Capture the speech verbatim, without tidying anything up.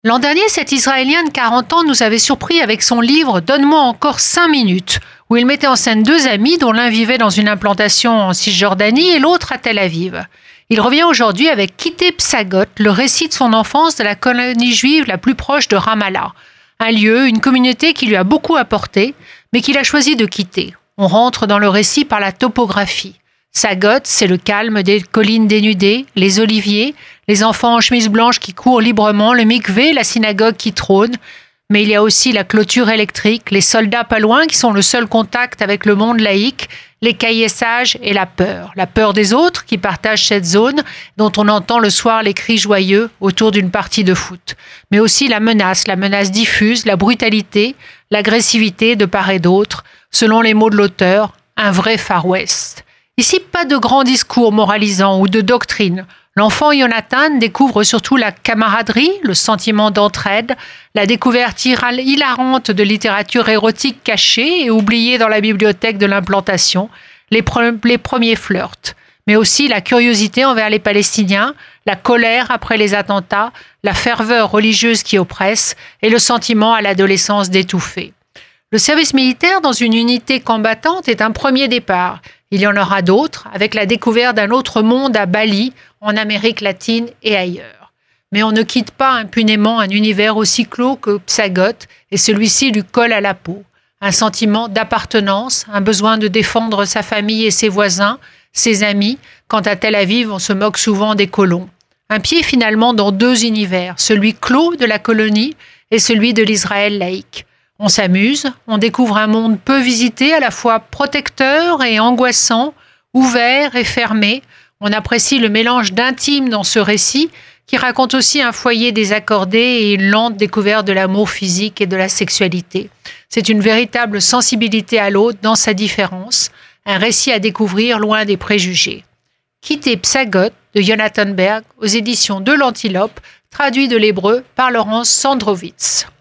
L'an dernier, cet Israélien de quarante ans nous avait surpris avec son livre « Donne-moi encore cinq minutes » où il mettait en scène deux amis dont l'un vivait dans une implantation en Cisjordanie et l'autre à Tel Aviv. Il revient aujourd'hui avec Kitté Psagot, le récit de son enfance de la colonie juive la plus proche de Ramallah. Un lieu, une communauté qui lui a beaucoup apporté, mais qu'il a choisi de quitter. On rentre dans le récit par la topographie. Psagot, c'est le calme des collines dénudées, les oliviers, les enfants en chemise blanche qui courent librement, le mikvé, la synagogue qui trône. Mais il y a aussi la clôture électrique, les soldats pas loin qui sont le seul contact avec le monde laïque, les cahiers sages et la peur. La peur des autres qui partagent cette zone dont on entend le soir les cris joyeux autour d'une partie de foot. Mais aussi la menace, la menace diffuse, la brutalité, l'agressivité de part et d'autre, selon les mots de l'auteur, un vrai Far West. Ici, pas de grands discours moralisants ou de doctrine. L'enfant Jonathan découvre surtout la camaraderie, le sentiment d'entraide, la découverte hilarante de littérature érotique cachée et oubliée dans la bibliothèque de l'implantation, les, pre- les premiers flirts, mais aussi la curiosité envers les Palestiniens, la colère après les attentats, la ferveur religieuse qui oppresse et le sentiment à l'adolescence d'étouffer. Le service militaire dans une unité combattante est un premier départ. Il y en aura d'autres, avec la découverte d'un autre monde à Bali, en Amérique latine et ailleurs. Mais on ne quitte pas impunément un univers aussi clos que Psagot, et celui-ci lui colle à la peau. Un sentiment d'appartenance, un besoin de défendre sa famille et ses voisins, ses amis, quand à Tel Aviv on se moque souvent des colons. Un pied finalement dans deux univers, celui clos de la colonie et celui de l'Israël laïque. On s'amuse, on découvre un monde peu visité, à la fois protecteur et angoissant, ouvert et fermé. On apprécie le mélange d'intime dans ce récit qui raconte aussi un foyer désaccordé et une lente découverte de l'amour physique et de la sexualité. C'est une véritable sensibilité à l'autre dans sa différence, un récit à découvrir loin des préjugés. Kitté Psagot de Jonathan Berg aux éditions de l'Antilope, traduit de l'hébreu par Laurence Sandrovitz.